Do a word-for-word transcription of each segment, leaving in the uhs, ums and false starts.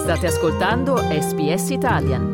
State ascoltando S B S Italian.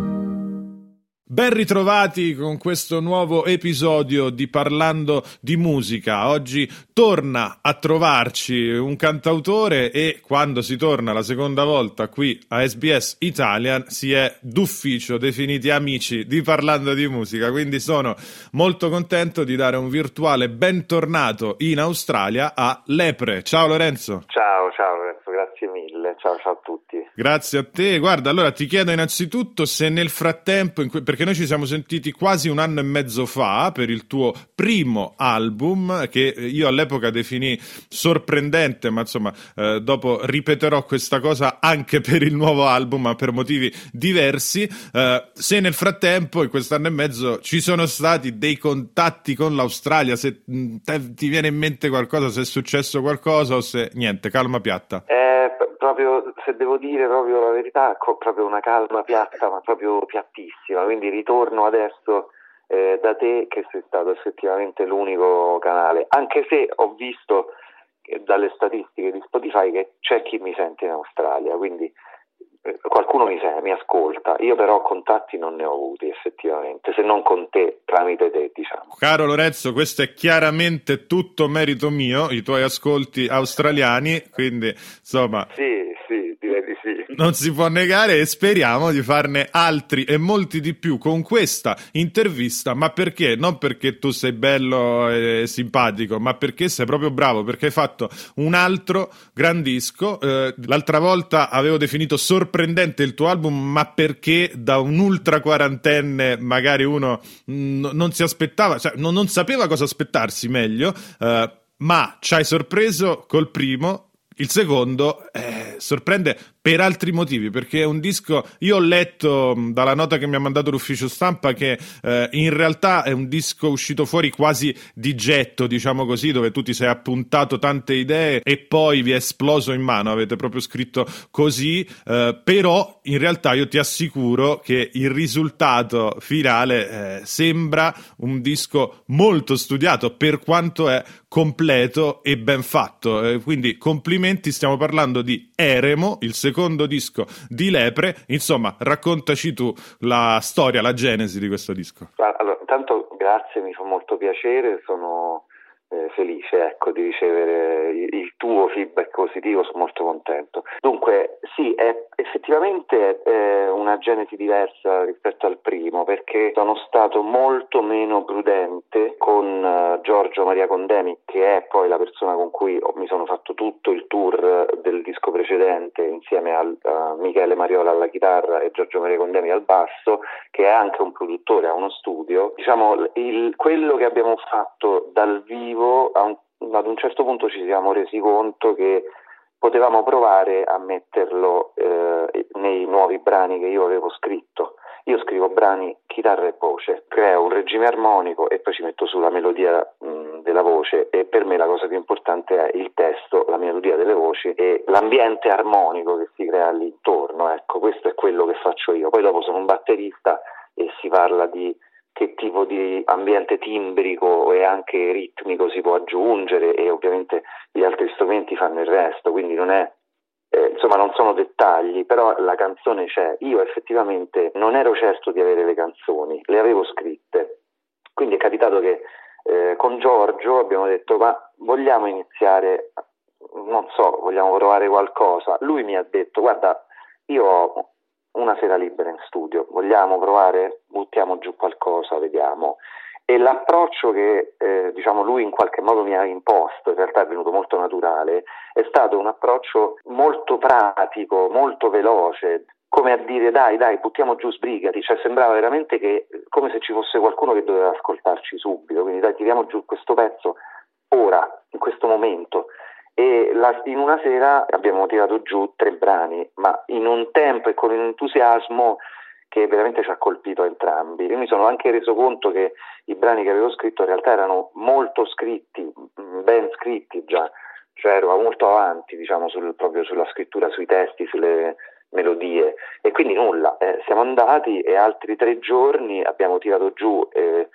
Ben ritrovati con questo nuovo episodio di Parlando di Musica. Oggi torna a trovarci un cantautore e quando si torna la seconda volta qui a S B S Italian si è d'ufficio definiti amici di Parlando di Musica, quindi sono molto contento di dare un virtuale bentornato in Australia a Lepre. Ciao Lorenzo. Ciao, ciao Lorenzo, grazie mille, ciao ciao a tutti. Grazie a te. Guarda, allora ti chiedo innanzitutto se nel frattempo, in que- perché noi ci siamo sentiti quasi un anno e mezzo fa per il tuo primo album, che io all'epoca definii sorprendente, ma insomma eh, dopo ripeterò questa cosa anche per il nuovo album, ma per motivi diversi. Eh, se nel frattempo, in quest'anno e mezzo, ci sono stati dei contatti con l'Australia, se mh, te, ti viene in mente qualcosa, se è successo qualcosa o se niente, calma piatta. Eh, proprio, se devo dire proprio la verità, ho proprio una calma piatta, ma proprio piattissima, quindi ritorno adesso eh, da te che sei stato effettivamente l'unico canale, anche se ho visto eh, dalle statistiche di Spotify che c'è chi mi sente in Australia, quindi eh, qualcuno mi, se- mi ascolta, io però contatti non ne ho avuti effettivamente, se non con te, tramite te diciamo. Caro Lorenzo, questo è chiaramente tutto merito mio, i tuoi ascolti australiani, quindi insomma... Sì, sì, direi di sì. Non si può negare e speriamo di farne altri e molti di più con questa intervista, ma perché? Non perché tu sei bello e simpatico, ma perché sei proprio bravo, perché hai fatto un altro gran disco. Eh, l'altra volta avevo definito sorprendente il tuo album, ma perché da un ultra quarantenne magari uno mh, non si aspettava, cioè non, non sapeva cosa aspettarsi meglio, eh, ma ci hai sorpreso col primo. Il secondo eh, sorprende per altri motivi, perché è un disco, io ho letto mh, dalla nota che mi ha mandato l'ufficio stampa che eh, in realtà è un disco uscito fuori quasi di getto, diciamo così, dove tu ti sei appuntato tante idee e poi vi è esploso in mano, avete proprio scritto così, eh, però in realtà io ti assicuro che il risultato finale eh, sembra un disco molto studiato per quanto è completo e ben fatto, eh, quindi complimenti. Stiamo parlando di Eremo, il secondo disco di Lepre. Insomma, raccontaci tu la storia, la genesi di questo disco. Allora, intanto grazie, mi fa molto piacere, sono eh, felice ecco, di ricevere il, il tuo feedback positivo, sono molto contento. Dunque, sì, è, effettivamente è una genesi diversa rispetto al primo, perché sono stato molto meno prudente con uh, Giorgio Maria Condemi, che è poi la persona con cui ho, mi sono fatto tutto il tour del disco precedente, insieme a uh, Michele Mariola alla chitarra e Giorgio Maria Condemi al basso, che è anche un produttore, ha uno studio. Diciamo, il, quello che abbiamo fatto dal vivo, a un, ad un certo punto ci siamo resi conto che potevamo provare a metterlo eh, nei nuovi brani che io avevo scritto. Io scrivo brani chitarra e voce, creo un regime armonico e poi ci metto sulla melodia mh, della voce, e per me la cosa più importante è il testo, la melodia delle voci e l'ambiente armonico che si crea lì intorno. Ecco, questo è quello che faccio io. Poi dopo sono un batterista e si parla di che tipo di ambiente timbrico e anche ritmico si può aggiungere, e ovviamente gli altri strumenti fanno il resto, quindi non è eh, insomma non sono dettagli, però la canzone c'è. Io effettivamente non ero certo di avere le canzoni, le avevo scritte, quindi è capitato che eh, con Giorgio abbiamo detto ma vogliamo iniziare, non so, vogliamo provare qualcosa. Lui mi ha detto guarda, io ho una sera libera in studio, vogliamo provare? Buttiamo giù qualcosa, vediamo. E l'approccio che eh, diciamo lui in qualche modo mi ha imposto, in realtà è venuto molto naturale, è stato un approccio molto pratico, molto veloce, come a dire dai dai buttiamo giù, sbrigati, cioè sembrava veramente che come se ci fosse qualcuno che doveva ascoltarci subito, quindi dai tiriamo giù questo pezzo ora, in questo momento. E la, in una sera abbiamo tirato giù tre brani, ma in un tempo e con un entusiasmo che veramente ci ha colpito a entrambi. Io mi sono anche reso conto che i brani che avevo scritto in realtà erano molto scritti, ben scritti già, cioè ero molto avanti, diciamo, sul, proprio sulla scrittura, sui testi, sulle melodie, e quindi nulla, eh, siamo andati e altri tre giorni abbiamo tirato giù eh,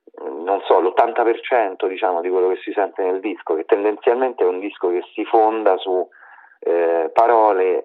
non so, l'ottanta per cento diciamo di quello che si sente nel disco, che tendenzialmente è un disco che si fonda su eh, parole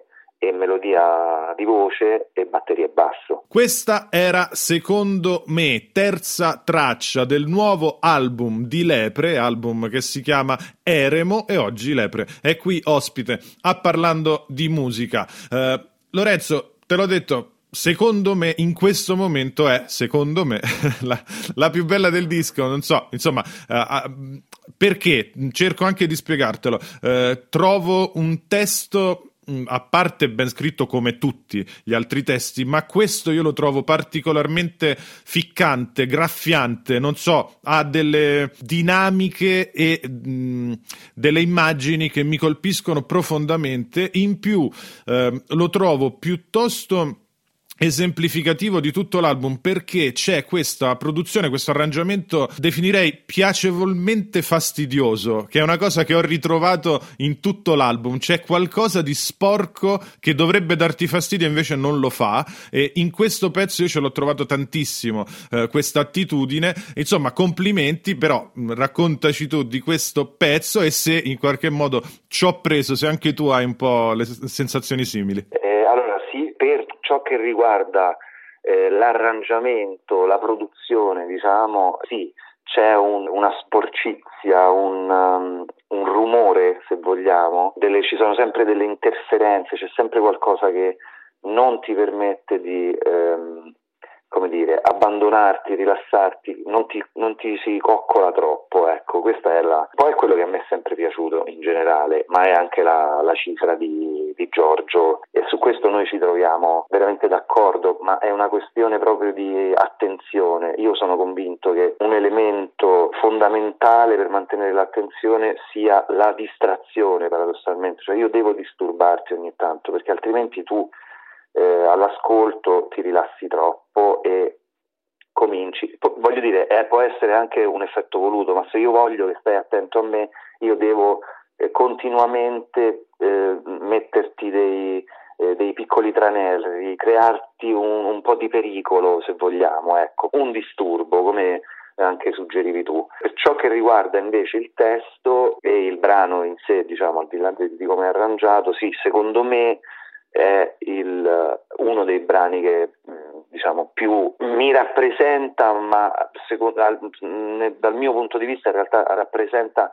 e melodia di voce e batteria e basso. Questa era, secondo me, terza traccia del nuovo album di Lepre, album che si chiama Eremo, e oggi Lepre è qui ospite a Parlando di Musica. Eh, Lorenzo, te l'ho detto, secondo me in questo momento è, secondo me, la, la più bella del disco, non so, insomma, uh, perché? Cerco anche di spiegartelo. Uh, trovo un testo, a parte ben scritto come tutti gli altri testi, ma questo io lo trovo particolarmente ficcante, graffiante, non so, ha delle dinamiche e mh, delle immagini che mi colpiscono profondamente. In più eh, lo trovo piuttosto esemplificativo di tutto l'album, perché c'è questa produzione, questo arrangiamento, definirei piacevolmente fastidioso, che è una cosa che ho ritrovato in tutto l'album. C'è qualcosa di sporco che dovrebbe darti fastidio e invece non lo fa, e in questo pezzo io ce l'ho trovato tantissimo, eh, questa attitudine. Insomma, complimenti, però raccontaci tu di questo pezzo e se in qualche modo ci ho preso, se anche tu hai un po' le sensazioni simili. Eh, allora sì, per ciò che riguarda eh, l'arrangiamento, la produzione, diciamo, sì, c'è un, una sporcizia, un, um, un rumore, se vogliamo, delle, ci sono sempre delle interferenze, c'è sempre qualcosa che non ti permette di, ehm, come dire, abbandonarti, rilassarti, non ti, non ti si coccola troppo, ecco, questa è la... Poi è quello che a me è sempre piaciuto in generale, ma è anche la, la cifra di, di Giorgio, e su questo noi ci troviamo veramente d'accordo, ma è una questione proprio di attenzione. Io sono convinto che un elemento fondamentale per mantenere l'attenzione sia la distrazione, paradossalmente, cioè io devo disturbarti ogni tanto, perché altrimenti tu Eh, all'ascolto ti rilassi troppo e cominci, po- voglio dire, eh, può essere anche un effetto voluto, ma se io voglio che stai attento a me, io devo eh, continuamente eh, metterti dei, eh, dei piccoli tranelli, crearti un, un po' di pericolo, se vogliamo, ecco, un disturbo, come anche suggerivi tu. Per ciò che riguarda invece il testo e il brano in sé, diciamo, al di là di, di come è arrangiato, sì, secondo me è il, uno dei brani che diciamo più mi rappresenta, ma secondo, dal mio punto di vista in realtà rappresenta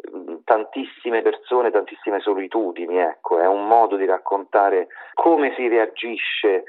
tantissime persone, tantissime solitudini, ecco, è un modo di raccontare come si reagisce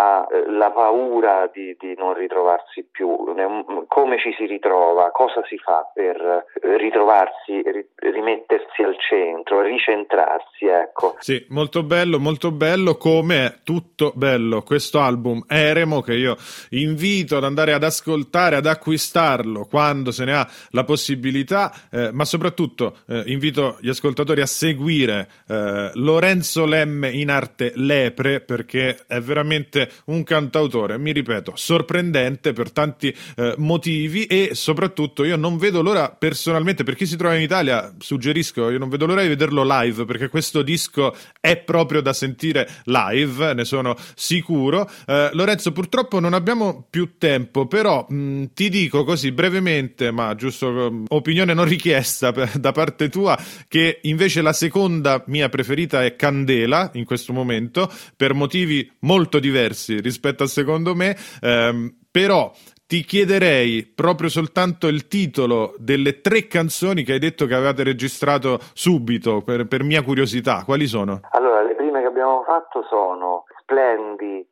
alla paura di, di non ritrovarsi più, come ci si ritrova, cosa si fa per ritrovarsi, rimettersi al centro, ricentrarsi, ecco. Sì, molto bello, molto bello, come è tutto bello questo album Eremo, che io invito ad andare ad ascoltare, ad acquistarlo quando se ne ha la possibilità, eh, ma soprattutto eh, invito gli ascoltatori a seguire eh, Lorenzo Lemme, in arte Lepre, perché è veramente un cantautore, mi ripeto, sorprendente per tanti eh, motivi, e soprattutto io non vedo l'ora, personalmente, per chi si trova in Italia, suggerisco, io non vedo l'ora di vederlo live, perché questo disco è proprio da sentire live, ne sono sicuro. eh, Lorenzo, purtroppo non abbiamo più tempo, però mh, ti dico così brevemente, ma giusto um, opinione non richiesta per, da parte tua, che invece la seconda mia preferita è Candela in questo momento, per motivi molto diversi rispetto al secondo me, ehm, però ti chiederei proprio soltanto il titolo delle tre canzoni che hai detto che avevate registrato subito, per, per mia curiosità. Quali sono? Allora, le prime che abbiamo fatto sono Splendi,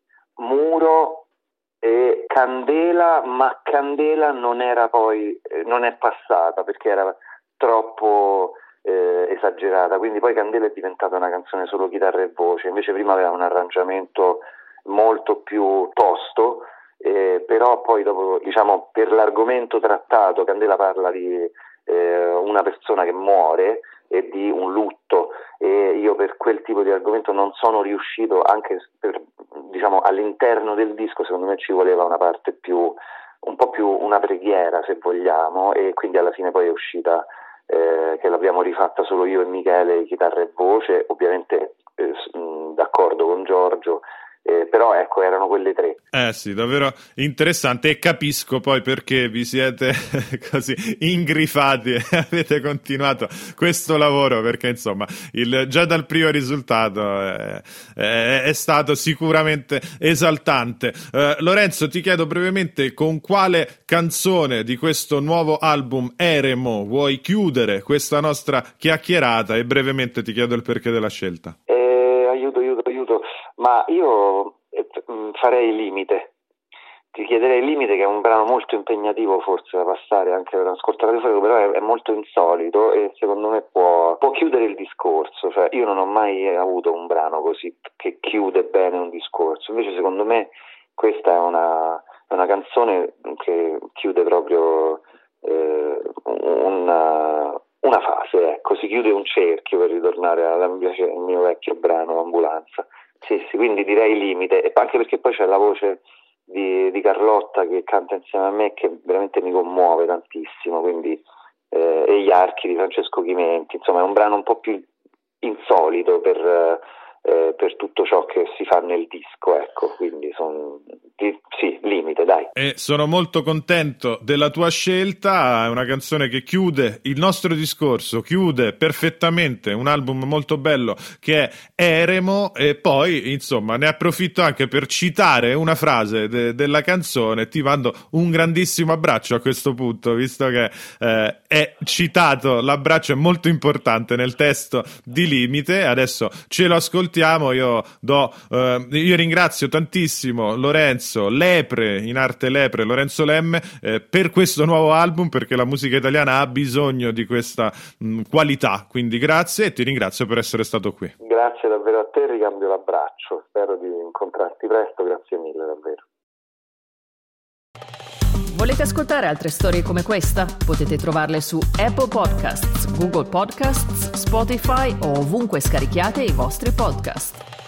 Muro e Candela, ma Candela non era poi, eh, non è passata perché era troppo eh, esagerata, quindi poi Candela è diventata una canzone solo chitarra e voce, invece prima aveva un arrangiamento molto più tosto, eh, però poi dopo, diciamo, per l'argomento trattato, Candela parla di eh, una persona che muore e di un lutto, e io per quel tipo di argomento non sono riuscito, anche per, diciamo, all'interno del disco secondo me ci voleva una parte più, un po' più una preghiera, se vogliamo, e quindi alla fine poi è uscita eh, che l'abbiamo rifatta solo io e Michele, chitarra e voce, ovviamente eh, d'accordo con Giorgio, Eh, però ecco, erano quelle tre. Eh sì, davvero interessante, e capisco poi perché vi siete così ingrifati e avete continuato questo lavoro, perché insomma il, già dal primo risultato è, è, è stato sicuramente esaltante. eh, Lorenzo, ti chiedo brevemente con quale canzone di questo nuovo album Eremo vuoi chiudere questa nostra chiacchierata, e brevemente ti chiedo il perché della scelta. Eh, aiuto, aiuto, aiuto, ma io eh, farei Limite. Ti chiederei Limite, che è un brano molto impegnativo forse da passare anche per un ascoltatore, però è, è molto insolito e secondo me può, può chiudere il discorso. Cioè, io non ho mai avuto un brano così che chiude bene un discorso, invece secondo me questa è una, è una canzone che chiude proprio eh, una, una fase, ecco, si chiude un cerchio, per ritornare al mio vecchio brano Ambulanza. Sì, sì, quindi direi Limite, e anche perché poi c'è la voce Di, di Carlotta che canta insieme a me, che veramente mi commuove tantissimo, quindi eh, e gli archi di Francesco Chimenti, insomma è un brano un po' più insolito per, eh, per tutto ciò che si fa nel disco, ecco, quindi son, di, sì, Limite, dai. E sono molto contento della tua scelta, è una canzone che chiude il nostro discorso, chiude perfettamente un album molto bello che è Eremo, e poi insomma ne approfitto anche per citare una frase de- della canzone. Ti mando un grandissimo abbraccio a questo punto, visto che eh, è citato, l'abbraccio è molto importante nel testo di Limite. Adesso ce lo ascoltiamo. Io do eh, io ringrazio tantissimo Lorenzo Lepre, in arte Lepre, Lorenzo Lemme, eh, per questo nuovo album, perché la musica italiana ha bisogno di questa mh, qualità, quindi grazie, e ti ringrazio per essere stato qui. Grazie davvero a te, ricambio l'abbraccio, spero di incontrarti presto, grazie mille davvero. Volete ascoltare altre storie come questa? Potete trovarle su Apple Podcasts, Google Podcasts, Spotify o ovunque scarichiate i vostri podcast.